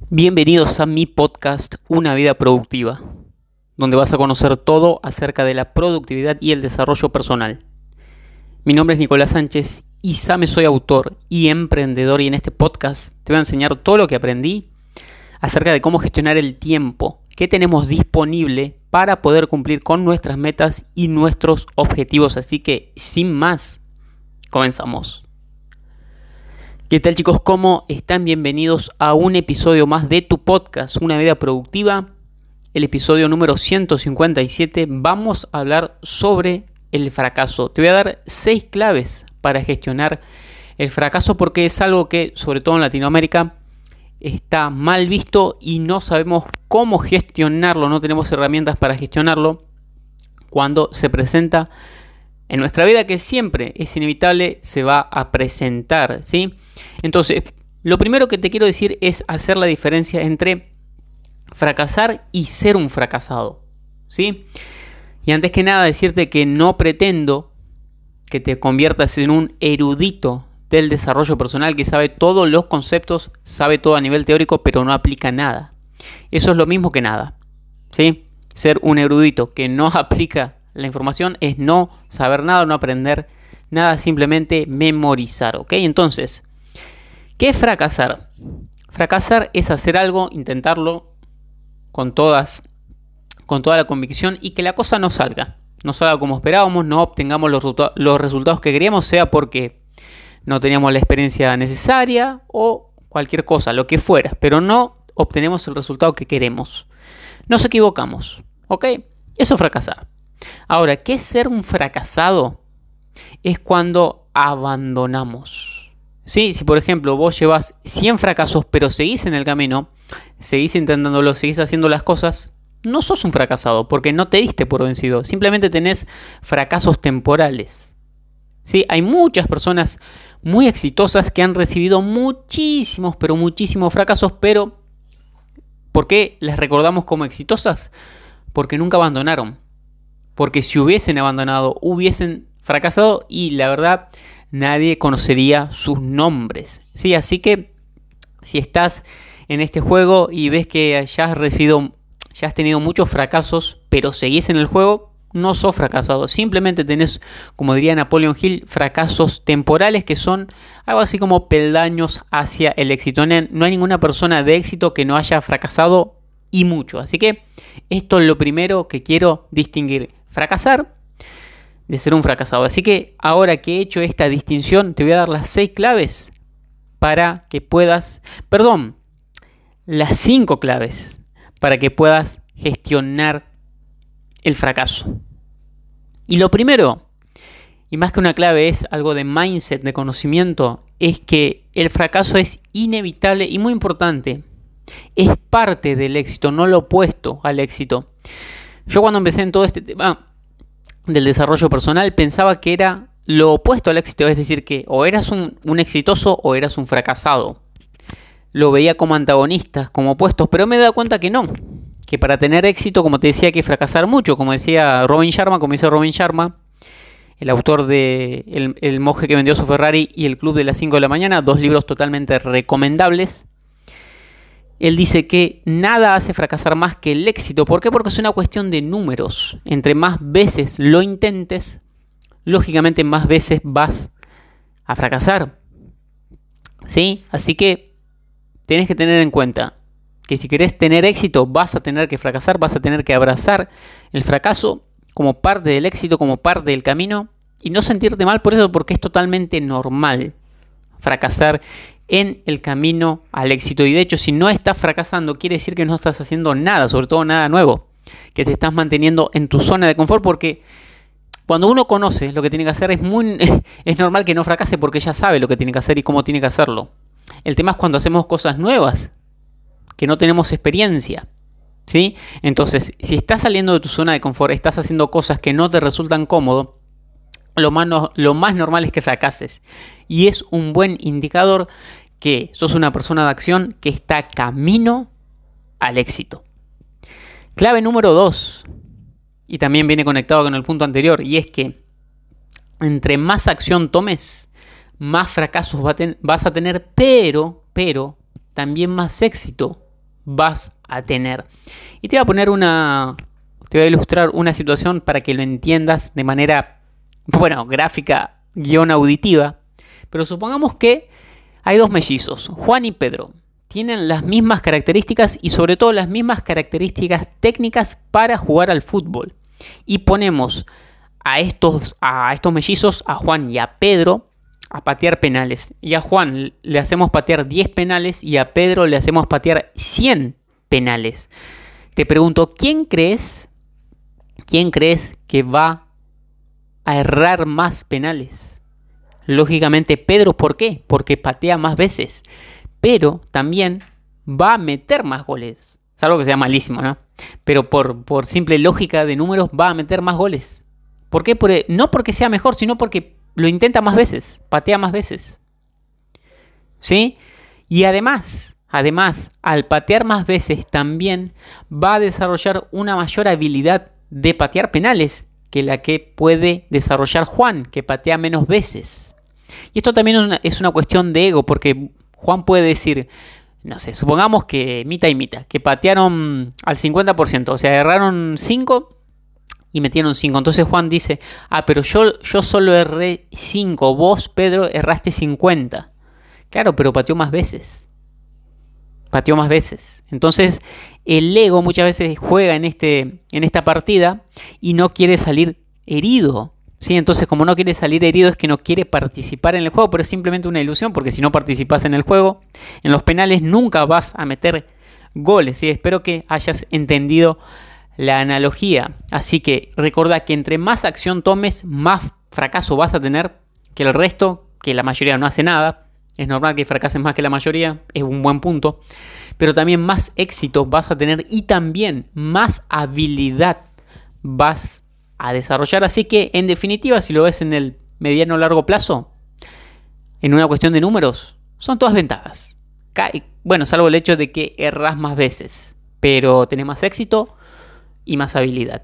Bienvenidos a mi podcast Una vida productiva, donde vas a conocer todo acerca de la productividad y el desarrollo personal. Mi nombre es Nicolás Sánchez y soy autor y emprendedor, y en este podcast te voy a enseñar todo lo que aprendí acerca de cómo gestionar el tiempo que tenemos disponible para poder cumplir con nuestras metas y nuestros objetivos. Así que, sin más, comenzamos. ¿Qué tal, chicos? ¿Cómo están? Bienvenidos a un episodio más de tu podcast Una vida productiva, el episodio número 157. Vamos a hablar sobre el fracaso. Te voy a dar 6 claves para gestionar el fracaso, porque es algo que, sobre todo en Latinoamérica, está mal visto y no sabemos cómo gestionarlo, no tenemos herramientas para gestionarlo cuando se presenta en nuestra vida, que siempre es inevitable, se va a presentar, ¿sí? Entonces, lo primero que te quiero decir es hacer la diferencia entre fracasar y ser un fracasado, ¿sí? Y antes que nada, decirte que no pretendo que te conviertas en un erudito del desarrollo personal que sabe todos los conceptos, sabe todo a nivel teórico, pero no aplica nada. Eso es lo mismo que nada, ¿sí? Ser un erudito que no aplica la información es no saber nada, no aprender nada, simplemente memorizar, ¿ok? Entonces, ¿qué es fracasar? Fracasar es hacer algo, intentarlo con toda la convicción y que la cosa no salga como esperábamos, no obtengamos los resultados que queríamos, sea porque no teníamos la experiencia necesaria o cualquier cosa, lo que fuera, pero no obtenemos el resultado que queremos. Nos equivocamos, ¿ok? Eso es fracasar. Ahora, ¿qué es ser un fracasado? Es cuando abandonamos. ¿Sí? Si por ejemplo vos llevas 100 fracasos pero seguís en el camino, seguís intentándolo, seguís haciendo las cosas, no sos un fracasado porque no te diste por vencido. Simplemente tenés fracasos temporales. ¿Sí? Hay muchas personas muy exitosas que han recibido muchísimos fracasos, pero ¿por qué las recordamos como exitosas? Porque nunca abandonaron. Porque si hubiesen abandonado, hubiesen fracasado y la verdad nadie conocería sus nombres, ¿sí? Así que si estás en este juego y ves que ya has tenido muchos fracasos, pero seguís en el juego, no sos fracasado. Simplemente tenés, como diría Napoleon Hill, fracasos temporales, que son algo así como peldaños hacia el éxito. No hay ninguna persona de éxito que no haya fracasado, y mucho. Así que esto es lo primero que quiero distinguir: fracasar de ser un fracasado. Así que ahora que he hecho esta distinción, te voy a dar las 6 claves para que puedas, las 5 claves para que puedas gestionar el fracaso. Y lo primero, y más que una clave, es algo de mindset, de conocimiento, es que el fracaso es inevitable y muy importante. Es parte del éxito, no lo opuesto al éxito. Yo cuando empecé en todo este tema del desarrollo personal pensaba que era lo opuesto al éxito, es decir, que o eras un exitoso o eras un fracasado. Lo veía como antagonistas, como opuestos, pero me he dado cuenta que no. Que para tener éxito, como te decía, hay que fracasar mucho, como decía Robin Sharma, el autor de El monje que vendió su Ferrari y El club de las 5 de la mañana, 2 libros totalmente recomendables. Él dice que nada hace fracasar más que el éxito. ¿Por qué? Porque es una cuestión de números. Entre más veces lo intentes, lógicamente más veces vas a fracasar, ¿sí? Así que tenés que tener en cuenta que si querés tener éxito vas a tener que fracasar, vas a tener que abrazar el fracaso como parte del éxito, como parte del camino, y no sentirte mal por eso, porque es totalmente normal fracasar en el camino al éxito. Y de hecho, si no estás fracasando, quiere decir que no estás haciendo nada, sobre todo nada nuevo, que te estás manteniendo en tu zona de confort, porque cuando uno conoce lo que tiene que hacer es normal que no fracase, porque ya sabe lo que tiene que hacer y cómo tiene que hacerlo. El tema es cuando hacemos cosas nuevas, que no tenemos experiencia, ¿sí? Entonces, si estás saliendo de tu zona de confort, estás haciendo cosas que no te resultan cómodo, lo más normal es que fracases. Y es un buen indicador que sos una persona de acción que está camino al éxito. Clave número 2, y también viene conectado con el punto anterior, y es que entre más acción tomes, más fracasos vas a tener, pero también más éxito. vas a tener. Y te voy a ilustrar una situación para que lo entiendas de manera, gráfica, auditiva. Pero supongamos que hay dos mellizos, Juan y Pedro. Tienen las mismas características y sobre todo las mismas características técnicas para jugar al fútbol. Y ponemos a estos mellizos, a Juan y a Pedro, a patear penales. Y a Juan le hacemos patear 10 penales y a Pedro le hacemos patear 100 penales. Te pregunto, ¿quién crees que va a errar más penales? Lógicamente Pedro, ¿por qué? Porque patea más veces. Pero también va a meter más goles. Salvo que sea malísimo, ¿no? Pero por simple lógica de números va a meter más goles. ¿Por qué? No porque sea mejor, sino porque lo intenta más veces, patea más veces. ¿Sí? Y además, al patear más veces también va a desarrollar una mayor habilidad de patear penales que la que puede desarrollar Juan, que patea menos veces. Y esto también es una cuestión de ego, porque Juan puede decir, no sé, supongamos que mitad y mitad, que patearon al 50%, o sea, erraron 5 y metieron 5. Entonces Juan dice, pero yo solo erré 5, vos, Pedro, erraste 50. Claro, pero pateó más veces. Entonces el ego muchas veces juega en esta partida y no quiere salir herido. ¿Sí? Entonces, como no quiere salir herido, es que no quiere participar en el juego, pero es simplemente una ilusión, porque si no participas en el juego, en los penales nunca vas a meter goles. ¿Sí? Espero que hayas entendido la analogía. Así que recordá que entre más acción tomes, más fracaso vas a tener que el resto, que la mayoría no hace nada. Es normal que fracases más que la mayoría, es un buen punto. Pero también más éxito vas a tener y también más habilidad vas a desarrollar. Así que, en definitiva, si lo ves en el mediano o largo plazo, en una cuestión de números, son todas ventajas. Salvo el hecho de que erras más veces, pero tenés más éxito y más habilidad.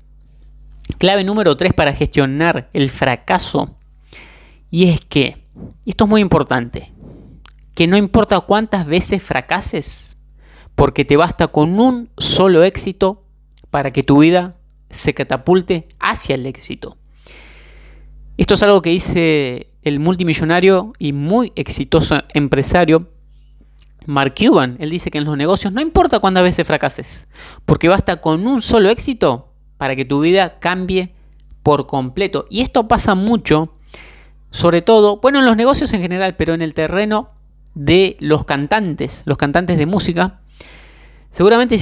Clave número 3 para gestionar el fracaso. Y es que, y esto es muy importante, que no importa cuántas veces fracases, porque te basta con un solo éxito para que tu vida se catapulte hacia el éxito. Esto es algo que dice el multimillonario y muy exitoso empresario Mark Cuban. Él dice que en los negocios no importa cuántas veces fracases, porque basta con un solo éxito para que tu vida cambie por completo. Y esto pasa mucho, sobre todo, en los negocios en general, pero en el terreno de los cantantes de música. Seguramente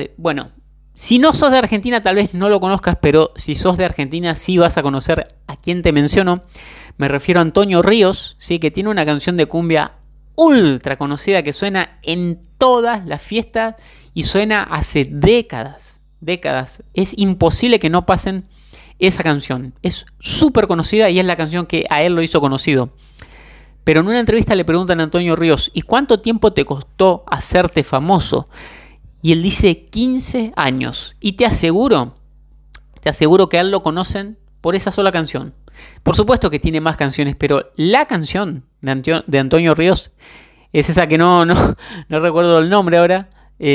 si no sos de Argentina, tal vez no lo conozcas, pero si sos de Argentina sí vas a conocer a quien te menciono. Me refiero a Antonio Ríos, ¿sí? Que tiene una canción de cumbia ultra conocida que suena en todas las fiestas y suena hace décadas. Es imposible que no pasen esa canción. Es súper conocida y es la canción que a él lo hizo conocido. Pero en una entrevista le preguntan a Antonio Ríos, ¿y cuánto tiempo te costó hacerte famoso? Y él dice 15 años. Y te aseguro que a él lo conocen por esa sola canción. Por supuesto que tiene más canciones, pero la canción de Antonio Ríos es esa que no recuerdo el nombre ahora.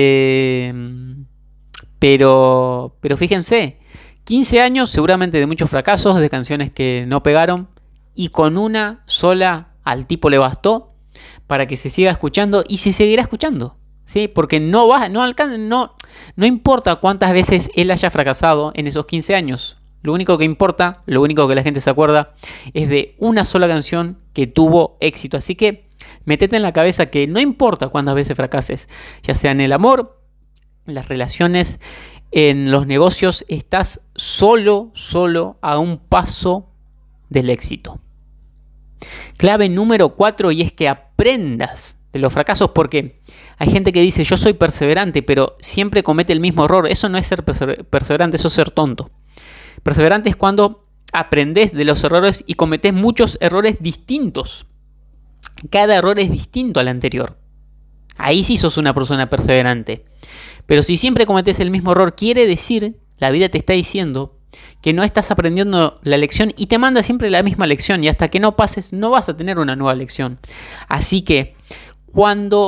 Pero fíjense, 15 años seguramente de muchos fracasos, de canciones que no pegaron. Y con una sola al tipo le bastó para que se siga escuchando y se seguirá escuchando. ¿Sí? Porque no importa cuántas veces él haya fracasado en esos 15 años. Lo único que importa, lo único que la gente se acuerda, es de una sola canción que tuvo éxito. Así que metete en la cabeza que no importa cuántas veces fracases, ya sea en el amor, en las relaciones, en los negocios, estás solo a un paso del éxito. Clave número 4, y es que aprendas de los fracasos, porque hay gente que dice yo soy perseverante, pero siempre comete el mismo error. Eso no es ser perseverante, eso es ser tonto. Perseverante es cuando aprendes de los errores y cometés muchos errores distintos. Cada error es distinto al anterior. Ahí sí sos una persona perseverante. Pero si siempre cometés el mismo error, quiere decir, la vida te está diciendo que no estás aprendiendo la lección y te manda siempre la misma lección, y hasta que no pases no vas a tener una nueva lección. Así que cuando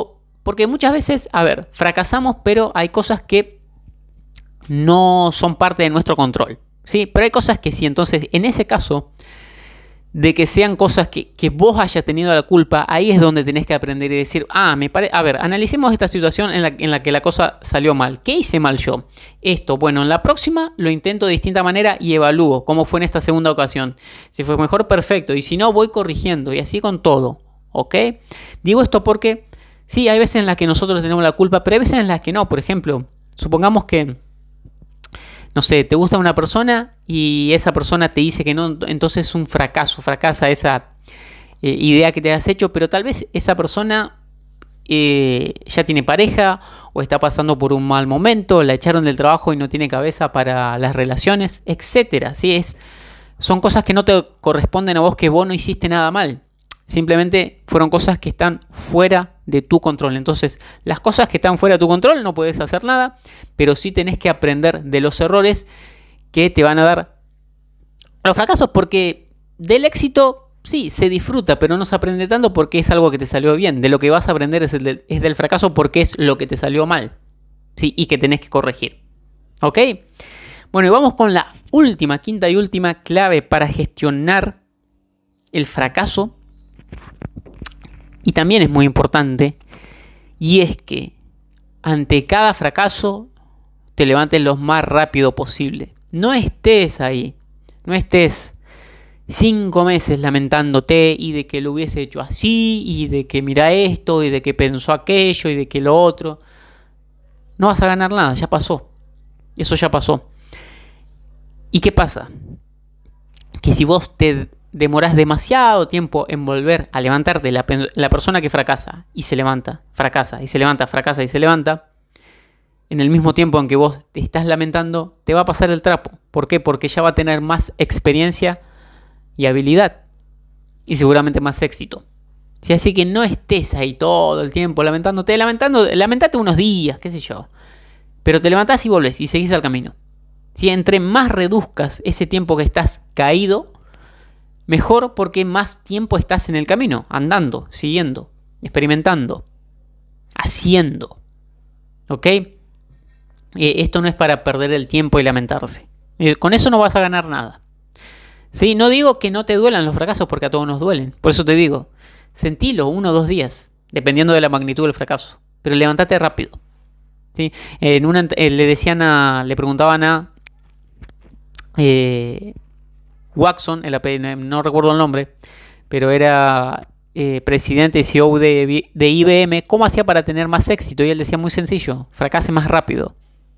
Porque muchas veces, fracasamos, pero hay cosas que no son parte de nuestro control, ¿sí? Pero hay cosas que sí. Entonces, en ese caso de que sean cosas que vos hayas tenido la culpa, ahí es donde tenés que aprender y decir, analicemos esta situación en la que la cosa salió mal. ¿Qué hice mal yo? Esto, bueno, en la próxima lo intento de distinta manera y evalúo cómo fue en esta segunda ocasión. Si fue mejor, perfecto. Y si no, voy corrigiendo y así con todo, ¿ok? Digo esto porque sí, hay veces en las que nosotros tenemos la culpa, pero hay veces en las que no. Por ejemplo, supongamos que, no sé, te gusta una persona y esa persona te dice que no, entonces es un fracaso, fracasa esa idea que te has hecho, pero tal vez esa persona ya tiene pareja o está pasando por un mal momento, la echaron del trabajo y no tiene cabeza para las relaciones, etcétera. ¿Sí? Son cosas que no te corresponden a vos, que vos no hiciste nada mal. Simplemente fueron cosas que están fuera de tu control. Entonces, las cosas que están fuera de tu control no puedes hacer nada, pero sí tenés que aprender de los errores que te van a dar los fracasos, porque del éxito sí, se disfruta, pero no se aprende tanto porque es algo que te salió bien. De lo que vas a aprender es del fracaso, porque es lo que te salió mal, ¿sí? Y que tenés que corregir. ¿Ok? Bueno, y vamos con la quinta y última clave para gestionar el fracaso. Y también es muy importante, y es que ante cada fracaso te levantes lo más rápido posible. No estés ahí, no estés 5 meses lamentándote y de que lo hubiese hecho así, y de que mira esto, y de que pensó aquello, y de que lo otro. No vas a ganar nada, ya pasó. Eso ya pasó. ¿Y qué pasa? Que si vos te demorás demasiado tiempo en volver a levantarte, la persona que fracasa y se levanta, fracasa y se levanta, fracasa y se levanta, en el mismo tiempo en que vos te estás lamentando, te va a pasar el trapo. ¿Por qué? Porque ya va a tener más experiencia y habilidad y seguramente más éxito. ¿Sí? Así que no estés ahí todo el tiempo lamentate unos días, qué sé yo, pero te levantás y volvés y seguís al camino. Si entre más reduzcas ese tiempo que estás caído, mejor, porque más tiempo estás en el camino, andando, siguiendo, experimentando, haciendo. ¿Ok? Esto no es para perder el tiempo y lamentarse. Con eso no vas a ganar nada. ¿Sí? No digo que no te duelan los fracasos, porque a todos nos duelen. Por eso te digo, sentilo 1 o 2 días, dependiendo de la magnitud del fracaso. Pero levántate rápido. ¿Sí? Le preguntaban a Watson, no recuerdo el nombre, pero era presidente y CEO de IBM, ¿cómo hacía para tener más éxito? Y él decía, muy sencillo, fracase más rápido.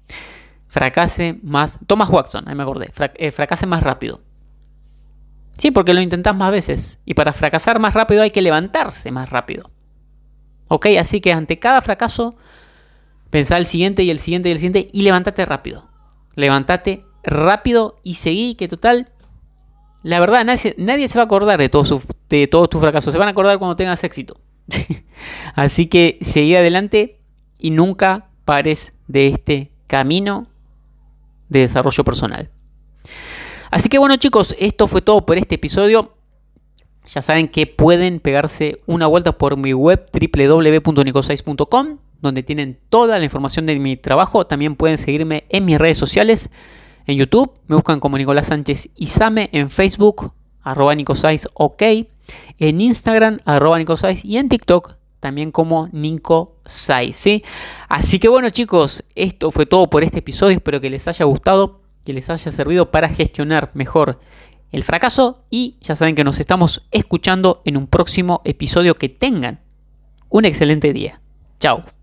Thomas Watson, ahí me acordé, fracase más rápido. Sí, porque lo intentás más veces, y para fracasar más rápido hay que levantarse más rápido. ¿Ok? Así que ante cada fracaso, pensá el siguiente y el siguiente y el siguiente, y levántate rápido. Levántate rápido y seguí, que total, la verdad, nadie se va a acordar de todos tus fracasos. Se van a acordar cuando tengas éxito. Así que seguí adelante y nunca pares de este camino de desarrollo personal. Así que bueno, chicos, esto fue todo por este episodio. Ya saben que pueden pegarse una vuelta por mi web www.nicosais.com, donde tienen toda la información de mi trabajo. También pueden seguirme en mis redes sociales. En YouTube me buscan como Nicolás Sánchez Isame, en Facebook @Nicosais OK, en Instagram @Nicosais y en TikTok también como Nicosais, ¿sí? Así que bueno, chicos, esto fue todo por este episodio. Espero que les haya gustado, que les haya servido para gestionar mejor el fracaso, y ya saben que nos estamos escuchando en un próximo episodio. Que tengan un excelente día. Chao.